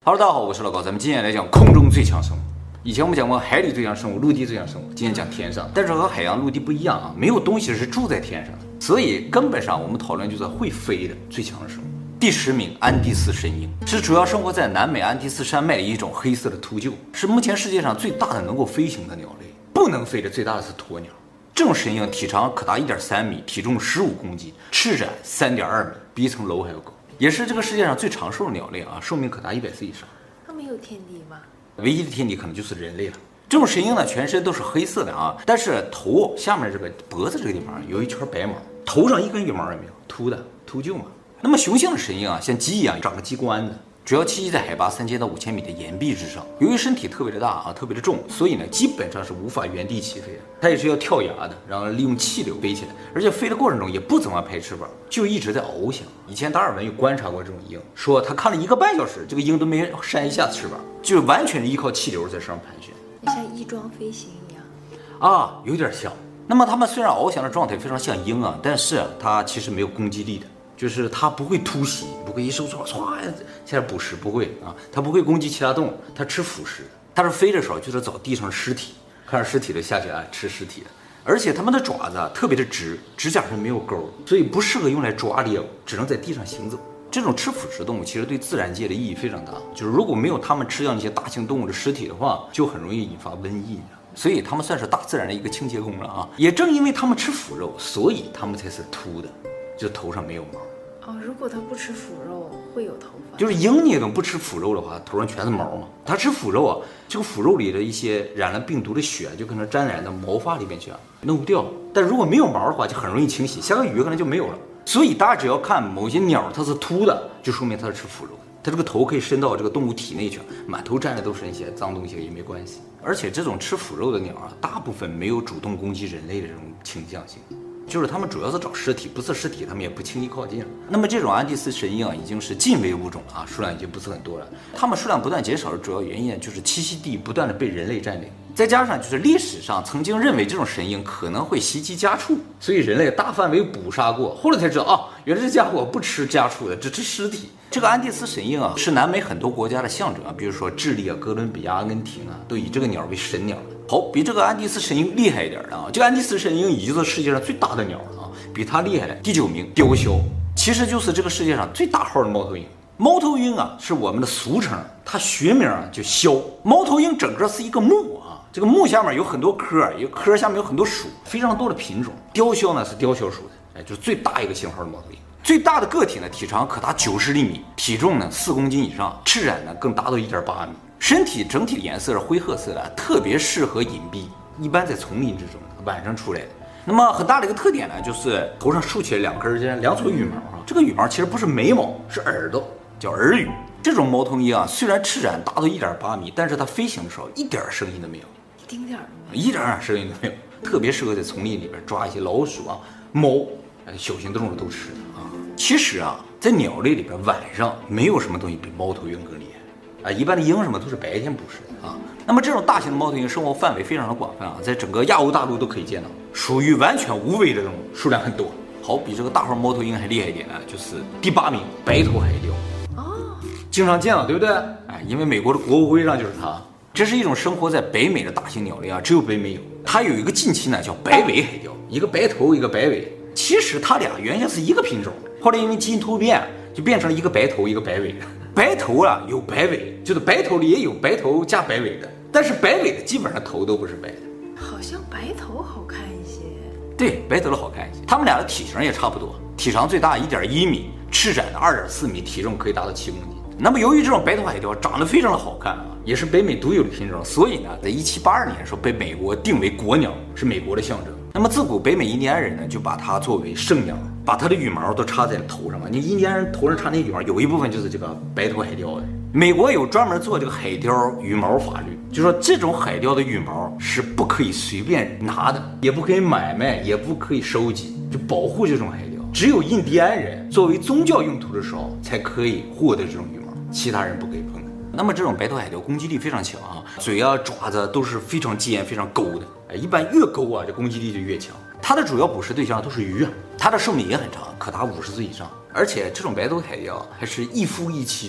Hello， 大家好，我是老高，咱们今天来讲空中最强生物。以前我们讲过海里最强生物、陆地最强生物，今天讲天上。但是和海洋、陆地不一样啊，没有东西是住在天上的，所以根本上我们讨论就是会飞的最强的生物。第10名，安第斯神鹰是主要生活在南美安第斯山脉的一种黑色的秃鹫，是目前世界上最大的能够飞行的鸟类。不能飞的最大的是鸵鸟。这种神鹰体长可达1.3米，体重15公斤，翅展3.2米，比一层楼还要高。也是这个世界上最长寿的鸟类啊，寿命可达100岁以上。 它没有天敌吗？ 唯一的天敌可能就是人类了。这种神鹰呢，全身都是黑色的啊，但是头下面这个脖子这个地方有一圈白毛，头上一根羽毛也没有，秃的秃鹫嘛。那么雄性的神鹰啊，像鸡一样长个鸡冠子，主要栖息在海拔3000到5000米的岩壁之上。由于身体特别的大啊，特别的重，所以呢，基本上是无法原地起飞的。它也是要跳崖的，然后利用气流飞起来，而且飞的过程中也不怎么拍翅膀，就一直在翱翔。以前达尔文有观察过这种鹰，说他看了1个半小时，这个鹰都没扇一下翅膀，就完全是依靠气流在上盘旋， 像翼装飞行一样啊，有点像。那么它们虽然翱翔的状态非常像鹰啊，但是它其实没有攻击力的。就是它不会突袭，不会一收唰下来捕食，不会啊，它不会攻击其他动物，它吃腐食。它是飞的时候就是找地上的尸体，看着尸体的下去啊，吃尸体的。而且它们的爪子特别的直，指甲上没有钩，所以不适合用来抓猎物，只能在地上行走。这种吃腐食动物其实对自然界的意义非常大，就是如果没有它们吃掉那些大型动物的尸体的话，就很容易引发瘟疫。所以它们算是大自然的一个清洁工了啊。也正因为它们吃腐肉，所以它们才是秃的，就头上没有毛。 哦，如果它不吃腐肉，会有头发。 就是鹰那种不吃腐肉的话，头上全是毛嘛。它吃腐肉啊，这个腐肉里的一些染了病毒的血就可能沾染到毛发里面去啊，弄不掉。但如果没有毛的话，就很容易清洗，下个雨可能就没有了。所以大家只要看某些鸟它是秃的，就说明它是吃腐肉的。它这个头可以伸到这个动物体内去，满头沾的都是那些脏东西也没关系。而且这种吃腐肉的鸟啊，大部分没有主动攻击人类的这种倾向性。就是他们主要是找尸体，不是尸体他们也不轻易靠近了。那么这种安第斯神鹰啊，已经是近危物种了啊，数量已经不是很多了。它们数量不断减少的主要原因就是栖息地不断的被人类占领，再加上就是历史上曾经认为这种神鹰可能会袭击家畜，所以人类大范围捕杀过，后来才知道啊，原来这家伙不吃家畜的，只吃尸体。这个安第斯神鹰啊，是南美很多国家的象征啊，比如说智利啊、哥伦比亚、阿根廷啊，都以这个鸟为神鸟。好，比这个安第斯神鹰厉害一点的啊，这个安第斯神鹰已经是世界上最大的鸟了啊，比它厉害的第9名雕鸮，其实就是这个世界上最大号的猫头鹰。猫头鹰啊是我们的俗称，它学名啊叫鸮。猫头鹰整个是一个目啊，这个目下面有很多科，一个科下面有很多属，非常多的品种。雕鸮呢是雕鸮属的，就是最大一个型号的猫头鹰。最大的个体呢，体长可达90厘米，体重呢4公斤以上，翅展呢更达到1.8米。身体整体的颜色是灰褐色的，特别适合隐蔽，一般在丛林之中，晚上出来的。那么很大的一个特点呢，就是头上竖起来2根2撮羽毛啊，这个羽毛其实不是眉毛，是耳朵，叫耳羽。这种猫头鹰啊，虽然翅展达到1.8米，但是它飞行的时候一点声音都没有， 一丁点儿都没有，一点声音都没有，特别适合在丛林里边抓一些老鼠啊、猫、小型动物都吃的啊。其实啊，在鸟类里边，晚上没有什么东西比猫头鹰更厉害。啊，一般的鹰什么都是白天捕食的啊。那么这种大型的猫头鹰生活范围非常的广泛啊，在整个亚欧大陆都可以见到，属于完全无危的这种，数量很多。好，比这个大号猫头鹰还厉害一点呢，就是第8名白头海雕。哦，经常见到，对不对？哎，因为美国的国务徽上就是它。这是一种生活在北美的大型鸟类啊，只有北美有。它有一个近亲呢，叫白尾海雕，一个白头，一个白尾。其实它俩原先是一个品种，后来因为基因突变，就变成了一个白头，一个白尾的。白头啊有白尾，就是白头里也有白头加白尾的，但是白尾的基本上头都不是白的。 好像白头好看一些。 对，白头的好看一些。它们俩的体型也差不多，体长最大1.1米，翅展的2.4米，体重可以达到7公斤。那么由于这种白头海雕长得非常的好看啊，也是北美独有的品种，所以呢，在1782年的时候被美国定为国鸟，是美国的象征。那么自古北美印第安人呢，就把它作为圣鸟，把它的羽毛都插在头上嘛。你印第安人头上插那羽毛，有一部分就是这个白头海雕的。美国有专门做这个海雕羽毛法律，就说这种海雕的羽毛是不可以随便拿的，也不可以买卖，也不可以收集，就保护这种海雕。只有印第安人作为宗教用途的时候，才可以获得这种羽毛，其他人不可以碰的。那么这种白头海雕攻击力非常强啊，嘴啊爪子都是非常尖非常勾的，一般越勾啊这攻击力就越强。它的主要捕食对象都是鱼啊，它的寿命也很长，可达50岁以上。而且这种白头海雕还是一夫一妻制，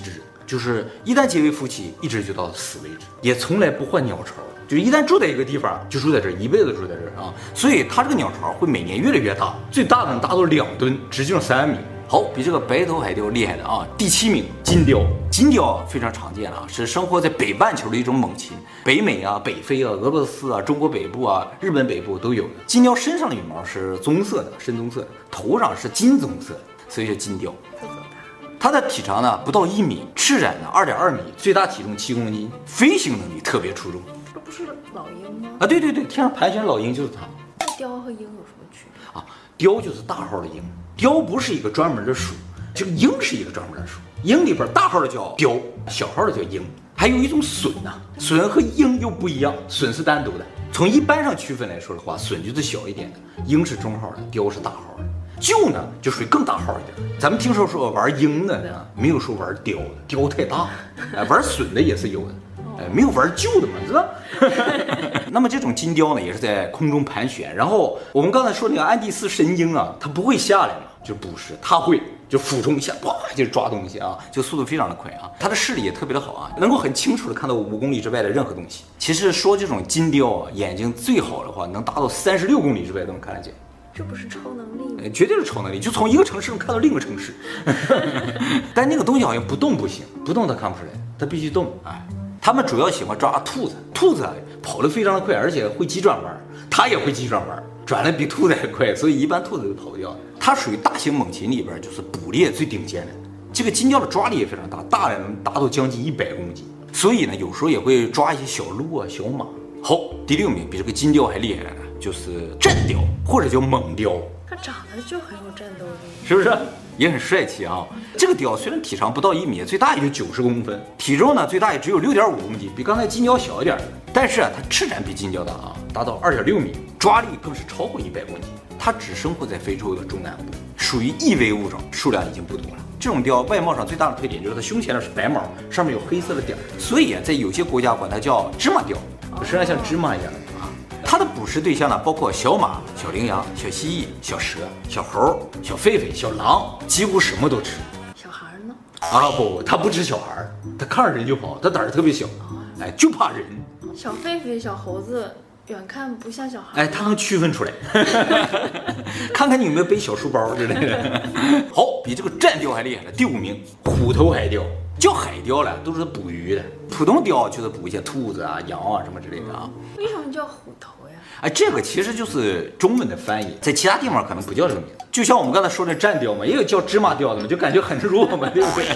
就是一旦结为夫妻，一直就到死为止，也从来不换鸟巢。就一旦住在一个地方，就住在这儿，一辈子住在这儿啊。所以它这个鸟巢会每年越来越大，最大的能达到2吨，直径3米。好，比这个白头海雕厉害的啊。第7名，金雕。金雕非常常见啊，是生活在北半球的一种猛禽，北美啊、北非啊、俄罗斯啊、中国北部啊、日本北部都有的。金雕身上的羽毛是棕色的，深棕色的，头上是金棕色的，所以叫金雕。它的体长呢不到1米，翅展呢2.2米，最大体重7公斤，飞行能力特别出众。 这不是老鹰吗？ 啊，对对对，天上盘旋老鹰就是它。 那雕和鹰有什么区别啊？雕就是大号的鹰，雕不是一个专门的属，这个鹰是一个专门的属。鹰里边大号的叫雕，小号的叫鹰。还有一种隼呐，隼和鹰又不一样，隼是单独的。从一般上区分来说的话，隼就是小一点的，鹰是中号的，雕是大号的。鹫呢就属于更大号一点。咱们听说玩鹰的呢，没有说玩雕的，雕太大。玩隼的也是有的。没有玩旧的嘛，是吧？那么这种金雕呢，也是在空中盘旋。然后我们刚才说那个安第斯神鹰啊，它不会下来嘛，就捕食，它会就俯冲下，哇，就抓东西啊，就速度非常的快啊。它的视力也特别的好啊，能够很清楚的看到5公里之外的任何东西。其实说这种金雕啊，眼睛最好的话，能达到36公里之外都能看得见。 这不是超能力吗？ 绝对是超能力，就从一个城市能看到另一个城市。但那个东西好像不动不行，不动它看不出来，它必须动。哎。他们主要喜欢抓兔子，兔子啊跑得非常的快，而且会急转弯，它也会急转弯，转得比兔子还快，所以一般兔子都跑不掉。它属于大型猛禽里边就是捕猎最顶尖的。这个金雕的抓力也非常大，大的能达到将近100公斤，所以呢有时候也会抓一些小鹿啊、小马。好，第6名比这个金雕还厉害的呢，就是战雕或者叫猛雕。 它长得就很有战斗力， 是不是？也很帅气啊！这个雕虽然体长不到1米，最大也就90公分，体重呢最大也只有6.5公斤，比刚才金雕小一点。但是啊，它翅展比金雕大啊，达到2.6米，抓力更是超过100公斤。它只生活在非洲的中南部，属于易危物种，数量已经不多了。这种雕外貌上最大的特点就是它胸前的是白毛，上面有黑色的点，所以啊，在有些国家管它叫芝麻雕，身上像芝麻一样的啊。它的捕食对象呢，包括小马、小羚羊、小蜥蜴、小蛇、小猴、小狒狒、小狼，几乎什么都吃。 小孩呢？ 啊不，它不吃小孩，它看着人就跑，它胆儿特别小，哎，就怕人。 小狒狒、小猴子远看不像小孩， 哎，它能区分出来，看看你有没有背小书包之类的。好，比这个战雕还厉害的第5名，虎头海雕。叫海雕了，都是捕鱼的。普通雕就是捕一些兔子啊、羊啊什么之类的啊。 为什么叫虎头呀？ 哎，这个其实就是中文的翻译，在其他地方可能不叫这个名字。就像我们刚才说的战雕嘛，也有叫芝麻雕的嘛，就感觉很弱嘛，对不对？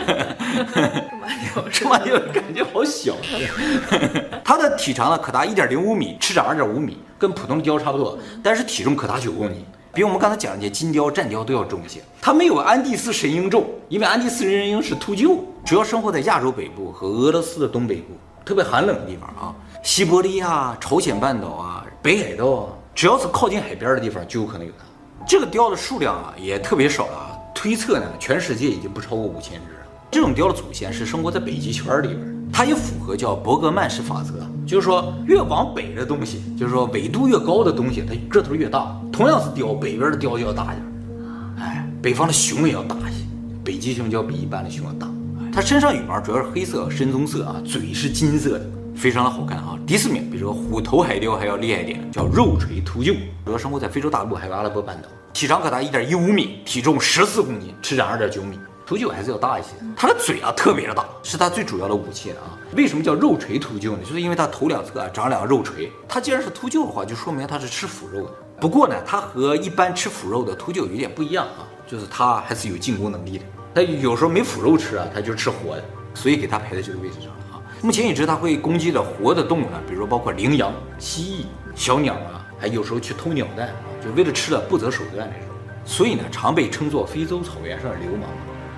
芝麻雕感觉好小。它的体长呢可达1.05米，翅长2.5米，跟普通的雕差不多，但是体重可达9公斤。比我们刚才讲的这金雕、战雕都要重一些。它没有安第斯神鹰重，因为安第斯神鹰是秃鹫，主要生活在亚洲北部和俄罗斯的东北部，特别寒冷的地方啊，西伯利亚、朝鲜半岛啊、北海道啊，只要是靠近海边的地方就有可能有它。这个雕的数量啊也特别少了啊，推测呢全世界已经不超过5000只了。这种雕的祖先是生活在北极圈里边，它也符合叫伯格曼氏法则，就是说越往北的东西，就是说纬度越高的东西，它个头越大。同样是雕，北边的雕就要大一点，哎，北方的熊也要大一些，北极熊就要比一般的熊要大。它身上羽毛主要是黑色、深棕色啊，嘴是金色的，非常的好看啊。第4名比这个虎头海雕还要厉害一点，叫肉垂秃鹫，主要生活在非洲大陆还有阿拉伯半岛，体长可达1.15米，体重14公斤，翅长2.9米。秃鹫还是要大一些，它的嘴啊特别的大，是它最主要的武器啊。为什么叫肉垂秃鹫呢？就是因为它头两侧啊长2个肉垂。它既然是秃鹫的话，就说明它是吃腐肉的。不过呢，它和一般吃腐肉的秃鹫有点不一样啊，就是它还是有进攻能力的。它有时候没腐肉吃啊，它就吃活的，所以给它排在这个位置上了啊。目前已知它会攻击的活的动物呢，比如说包括羚羊、蜥蜴、小鸟啊，还有时候去偷鸟蛋啊，就为了吃了不择手段那种。所以呢，常被称作非洲草原上的流氓。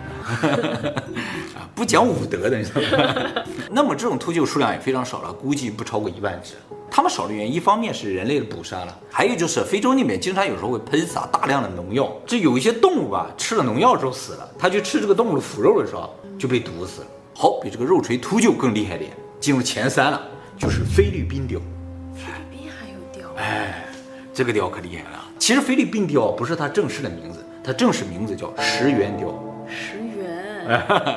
啊，不讲武德的，你知道吗？那么这种秃鹫数量也非常少了，估计不超过1万只。它们少的原因，一方面是人类的捕杀了，还有就是非洲那边经常有时候会喷洒大量的农药，这有一些动物吧，吃了农药之后死了，它去吃这个动物的腐肉的时候就被毒死了。好，比这个肉垂秃鹫更厉害点，进入前3了，就是菲律宾雕。 菲律宾还有雕？ 哎，这个雕可厉害了。其实菲律宾雕不是它正式的名字，它正式名字叫石原雕。 石原，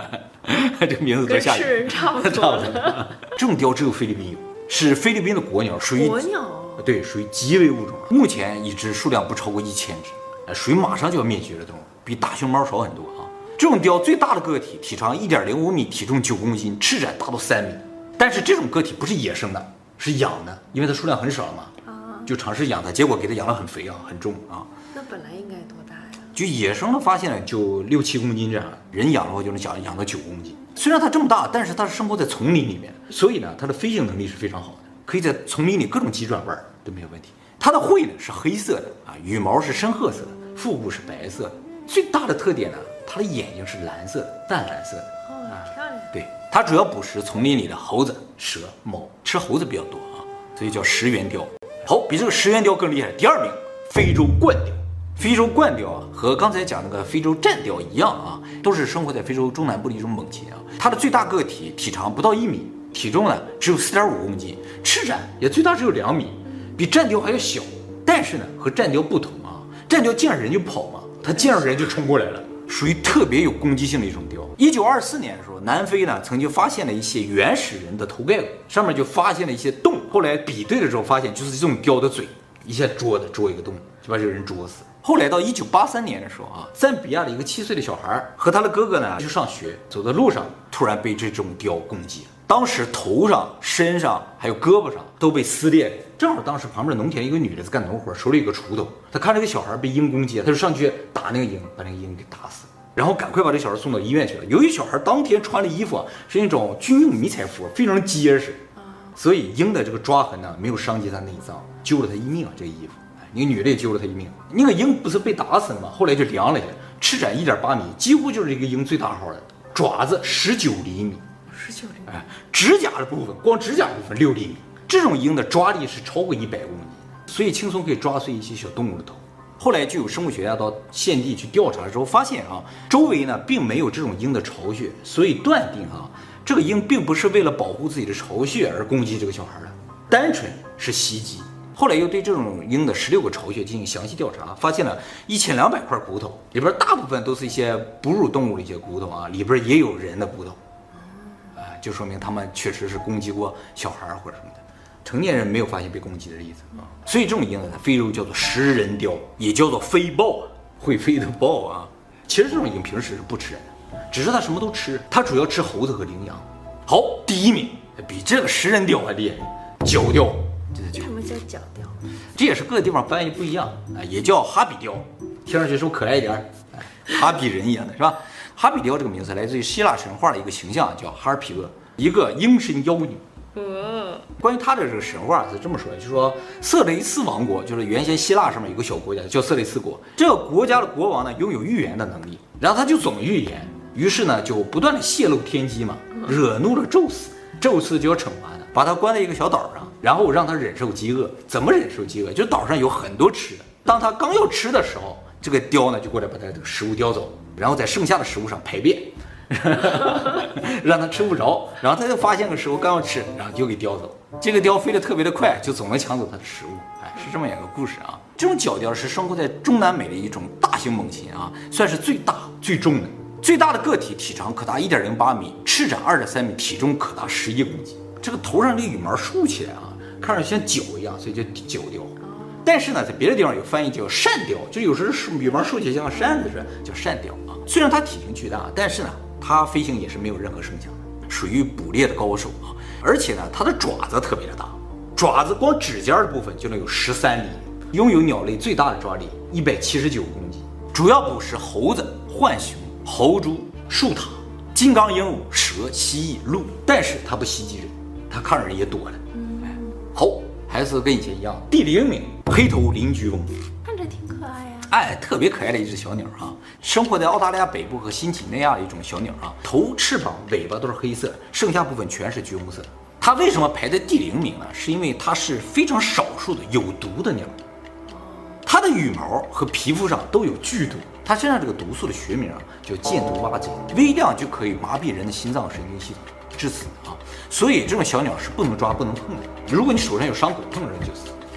这个名字多吓跟吃人差不多差不多。这种雕只有菲律宾有，是菲律宾的国鸟，属于国鸟。 对，属于极危物种。目前已知数量不超过1000只，属于马上就要灭绝的动物，比大熊猫少很多啊。这种雕最大的个体，体长1.05米，体重9公斤，翅展达到3米。但是这种个体不是野生的，是养的，因为它数量很少嘛，就尝试养它，结果给它养得很肥啊，很重啊。 那本来应该多大呀？ 就野生的发现了就6、7公斤这样，人养的话就能养到9公斤。虽然它这么大，但是它是生活在丛林里面，所以呢，它的飞行能力是非常好的，可以在丛林里各种急转弯都没有问题。它的喙呢是黑色的啊，羽毛是深褐色的，腹部是白色的。最大的特点呢，它的眼睛是蓝色的，淡蓝色的。 漂亮。 对，它主要捕食丛林里的猴子、蛇、猫，吃猴子比较多啊，所以叫食猿雕。好，比这个食猿雕更厉害，第2名，非洲冠雕。非洲冠雕啊，和刚才讲那个非洲战雕一样啊，都是生活在非洲中南部的一种猛禽啊。它的最大个体体长不到1米，体重呢只有4.5公斤，翅展也最大只有2米，比战雕还要小。但是呢，和战雕不同啊，战雕见着人就跑嘛，它见着人就冲过来了，属于特别有攻击性的一种雕。1924年的时候，南非呢曾经发现了一些原始人的头盖骨，上面就发现了一些洞，后来比对的时候发现就是这种雕的嘴，一下啄一个洞，就把这个人啄死。后来到1983年的时候啊，赞比亚的一个7岁的小孩和他的哥哥呢去上学，走在路上突然被这种雕攻击了，当时头上、身上还有胳膊上都被撕裂了。正好当时旁边农田一个女的在干农活，手里有个锄头，她看这个小孩被鹰攻击，她就上去打那个鹰，把那个鹰给打死了，然后赶快把这小孩送到医院去了。由于小孩当天穿的衣服是那种军用迷彩服，非常结实，所以鹰的这个抓痕呢没有伤及他内脏，救了他一命啊！这个衣服。那个女的也救了他一命。那个鹰不是被打死了吗？后来就量了一下，翅展1.8米，几乎就是这个鹰最大号的。爪子19厘米 ，19厘米。 指甲的部分，光指甲部分6厘米。这种鹰的抓力是超过100公斤，所以轻松可以抓碎一些小动物的头。后来就有生物学家到现地去调查之后发现啊，周围呢并没有这种鹰的巢穴，所以断定啊，这个鹰并不是为了保护自己的巢穴而攻击这个小孩的，单纯是袭击。后来又对这种鹰的16个巢穴进行详细调查，发现了1200块骨头，里边大部分都是一些哺乳动物的一些骨头啊，里边也有人的骨头，就说明他们确实是攻击过小孩或者什么的。成年人没有发现被攻击的例子啊，所以这种鹰呢，在非洲叫做食人雕，也叫做飞豹啊，会飞的豹啊。其实这种鹰平时是不吃人的，只是它什么都吃，它主要吃猴子和羚羊。好，第1名比这个食人雕还厉害，角雕。 什么叫角雕？ 这也是各个地方翻译不一样啊，也叫哈比雕，听上去是不是可爱一点？哈比人一样的是吧？哈比雕这个名字来自于希腊神话的一个形象，叫哈尔皮厄，一个鹰身妖女。关于他的这个神话是这么说的，就是说色雷斯王国，就是原先希腊上面有个小国家叫色雷斯国，这个国家的国王呢拥有预言的能力，然后他就总预言，于是呢就不断的泄露天机嘛，惹怒了宙斯，宙斯就要惩罚他，把他关在一个小岛上，然后让他忍受饥饿。怎么忍受饥饿？就岛上有很多吃的，当他刚要吃的时候，这个雕呢就过来把他这个食物叼走，然后在剩下的食物上排便。让他吃不着，然后他就发现个食物刚要吃，然后就给叼走。这个雕飞得特别的快，就总能抢走他的食物。是这么一个故事啊。这种角雕是生活在中南美的一种大型猛禽啊，算是最大最重的。最大的个体体长可达1.08米，翅展2.3米，体重可达11公斤。这个头上的羽毛竖起来啊，看上去像角一样，所以叫角雕。但是呢，在别的地方有翻译叫扇雕，就有时候是羽毛竖起来像个扇子似的，叫扇雕啊。虽然它体型巨大，但是呢，它飞行也是没有任何声响的，属于捕猎的高手啊！而且呢，它的爪子特别的大，爪子光指尖的部分就能有13厘米，拥有鸟类最大的抓力179公斤，主要捕食猴子、浣熊、猴猪、树獭、金刚鹦鹉、蛇、蜥蜴、鹿，但是它不袭击人，它看人也躲了。好，还是跟以前一样，第0名，黑头邻居翁。 看着挺可爱呀。 特别可爱的一只小鸟啊，生活在澳大利亚北部和新几内亚的一种小鸟啊，头、翅膀、尾巴都是黑色，剩下部分全是橘红色。它为什么排在第0名呢？是因为它是非常少数的有毒的鸟，它的羽毛和皮肤上都有剧毒，它身上这个毒素的学名叫箭毒蛙贼，微量就可以麻痹人的心脏神经系统，致死啊！所以这种小鸟是不能抓、不能碰的。如果你手上有伤口，碰着就死。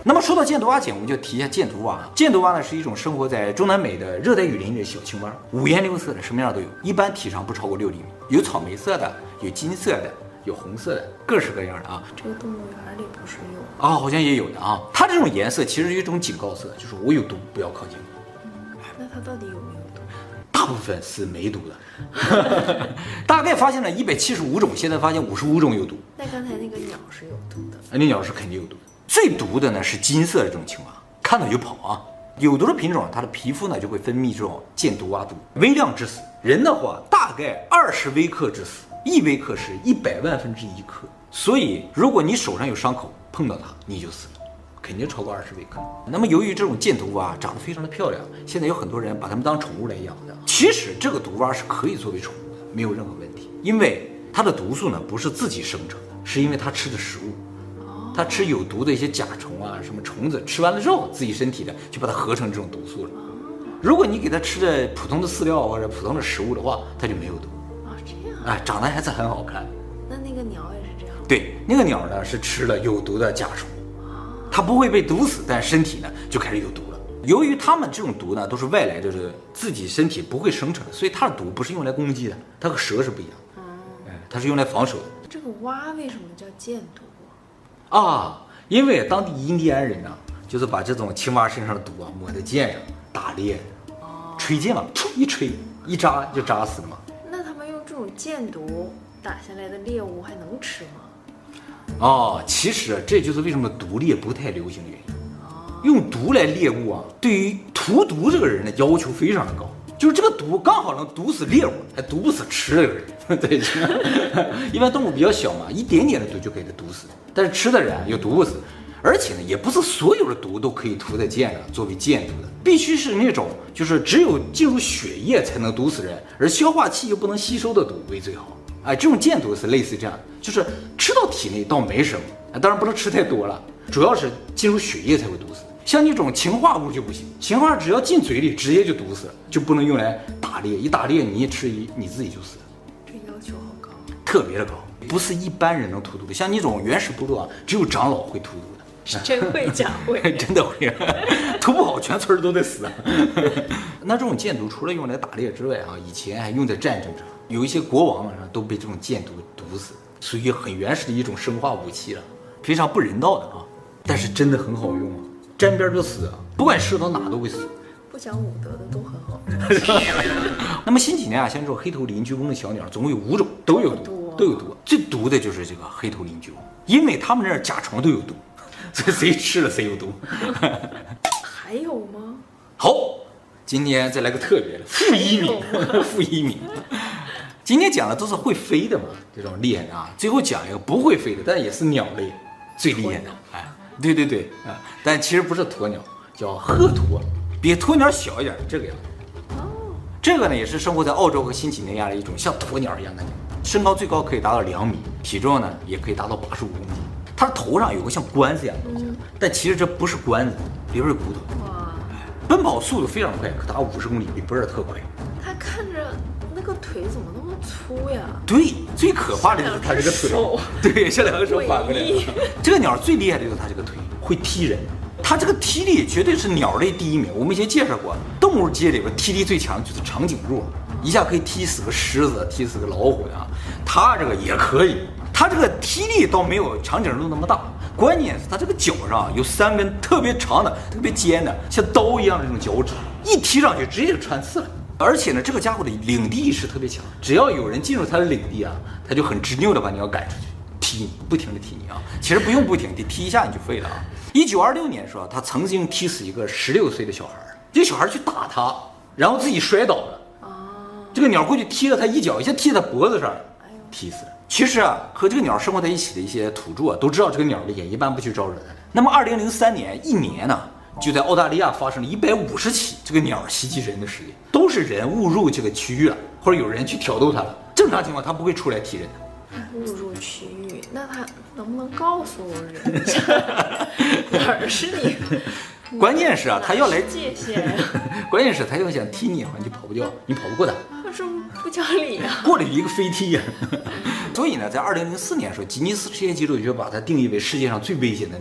那么说到箭毒蛙碱，我们就提一下箭毒蛙。箭毒蛙呢是一种生活在中南美的热带雨林里的小青蛙，五颜六色的，什么样都有，一般体长不超过6厘米，有草莓色的，有金色的，有红色的，各式各样的啊。 这个动物园里不是有啊，好像也有的啊。它这种颜色其实是一种警告色，就是我有毒，不要靠近我。 那它到底有没有毒？ 大部分是没毒的，大概发现了175种，现在发现55种有毒。 那刚才那个鸟是有毒的， 那鸟是肯定有毒。最毒的呢是金色的这种青蛙，看到就跑啊。有毒的品种，它的皮肤呢就会分泌这种箭毒蛙毒，微量致死。人的话大概20微克致死，1微克是100万分之1克。所以如果你手上有伤口，碰到它你就死了，肯定超过20微克。那么由于这种箭毒蛙长得非常的漂亮，现在有很多人把它们当宠物来养的。其实这个毒蛙是可以作为宠物的，没有任何问题，因为它的毒素呢不是自己生成的，是因为它吃的食物。它吃有毒的一些甲虫啊，什么虫子，吃完了之后，自己身体的就把它合成这种毒素了。如果你给它吃的普通的饲料或者普通的食物的话，它就没有毒。 这样哎，长得还是很好看。 那个鸟也是这样？ 对，那个鸟呢是吃了有毒的甲虫，它不会被毒死，但身体呢就开始有毒了。由于它们这种毒呢都是外来的，就是自己身体不会生成的，所以它的毒不是用来攻击的，它和蛇是不一样的。它是用来防守的。 这个蛙为什么叫箭毒？ 因为当地印第安人呢，就是把这种青蛙身上的毒抹在箭上打猎，吹箭嘛，突一吹一扎就扎死了嘛。 那他们用这种箭毒打下来的猎物还能吃吗？其实这就是为什么毒猎不太流行的原因。用毒来猎物对于荼毒这个人的要求非常的高，就是这个毒刚好能毒死猎物，还毒不死吃这个人。对，一般动物比较小嘛，一点点的毒就可以毒死，但是吃的人又毒不死。而且呢，也不是所有的毒都可以涂在箭上作为箭毒的，必须是那种就是只有进入血液才能毒死人，而消化器又不能吸收的毒为最好。这种箭毒是类似这样的，就是吃到体内倒没什么，当然不能吃太多了，主要是进入血液才会毒死。像那种氰化物就不行，氰化只要进嘴里直接就毒死了，就不能用来打猎，一打猎你一吃你自己就死了。 这要求好高， 特别的高，不是一般人能荼毒的。像那种原始部落只有长老会荼毒的。 真会假会， 真的会，涂不好全村都得死。那这种箭毒除了用来打猎之外以前还用在战争上，有一些国王都被这种箭毒毒死，属于很原始的一种生化武器了，非常不人道的但是真的很好用沾边就死不管射到哪都会死。 不讲武德的都很好。 那么近几年像这种黑头邻居翁的小鸟，总共有5种，都有毒。最毒的就是这个黑头邻居翁，因为他们那儿甲虫都有毒。所以谁吃了谁有毒。 还有吗？ 好，今天再来个特别的负一名。今天讲的都是会飞的嘛，这种厉害的最后讲一个不会飞的，但也是鸟类最厉害的。对但其实不是鸵鸟，叫鹤鸵，比鸵鸟小一点，这个样子。这个呢也是生活在澳洲和新几内亚的一种像鸵鸟一样的鸟，身高最高可以达到2米，体重呢也可以达到85公斤。它头上有个像冠子一样的东西，但其实这不是冠子，里边是骨头。奔跑速度非常快，可达50公里，比博尔特快。 它看着那个腿怎么那么粗呀？ 对，最可怕的就是它这个腿。对，像2个手反过来。这个鸟最厉害的就是它这个腿会踢人，它这个踢力绝对是鸟类第1名。我们以前介绍过，动物界里边踢力最强就是长颈鹿，一下可以踢死个狮子，踢死个老虎的它这个也可以。它这个踢力倒没有长颈鹿那么大，关键是它这个脚上有3根特别长的、特别尖的，像刀一样的这种脚趾，一踢上去直接就穿刺了。而且呢，这个家伙的领地意识特别强，只要有人进入他的领地他就很执拗的把你要赶出去，踢你，不停的踢你其实不用不停地踢一下你就废了1926年的时候，他曾经踢死一个16岁的小孩，这个小孩去打他，然后自己摔倒了。这个鸟过去踢了他一脚，一下踢他脖子上，踢死了。其实和这个鸟生活在一起的一些土著都知道这个鸟厉害，一般不去招惹它。那么2003年一年呢，就在澳大利亚发生了150起这个鸟袭击人的事件，都是人误入这个区域了，或者有人去挑逗它了。正常情况它不会出来踢人的。 误入区域，那他能不能告诉人家哪儿是你？ 关键是他要来界限。 关键是他要想踢你你就跑不掉，你跑不过他。 他说不讲理过了一个飞踢所以呢，在2004年的时候，吉尼斯世界纪录就把它定义为世界上最危险的鸟类。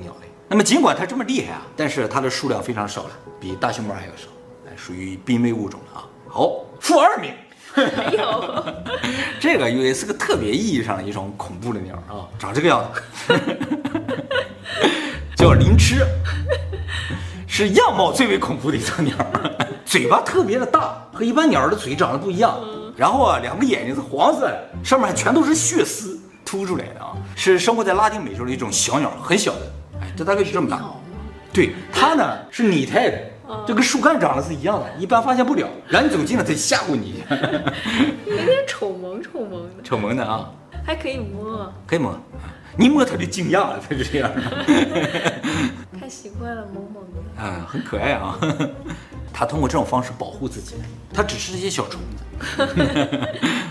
那么尽管它这么厉害啊，但是它的数量非常少了，比大熊猫还要少，属于濒危物种了啊。好，负2名。 还有， 这个也是个特别意义上的一种恐怖的鸟啊，长这个样子，叫灵鸱，是样貌最为恐怖的一种鸟，嘴巴特别的大，和一般鸟的嘴长得不一样。然后啊，2个眼睛是黄色的，上面全都是血丝凸出来的啊，是生活在拉丁美洲的一种小鸟，很小的，哎，这大概是这么大。对，它呢是拟态的。就跟树干长得是一样的，一般发现不了。然后你走近了，它就吓唬你一下， 有点丑萌丑萌的， 丑萌的啊， 还可以摸， 可以摸，你摸它就惊讶了，它就这样， 太习惯了，萌萌的， 啊，很可爱啊。它通过这种方式保护自己，它只吃这些小虫子。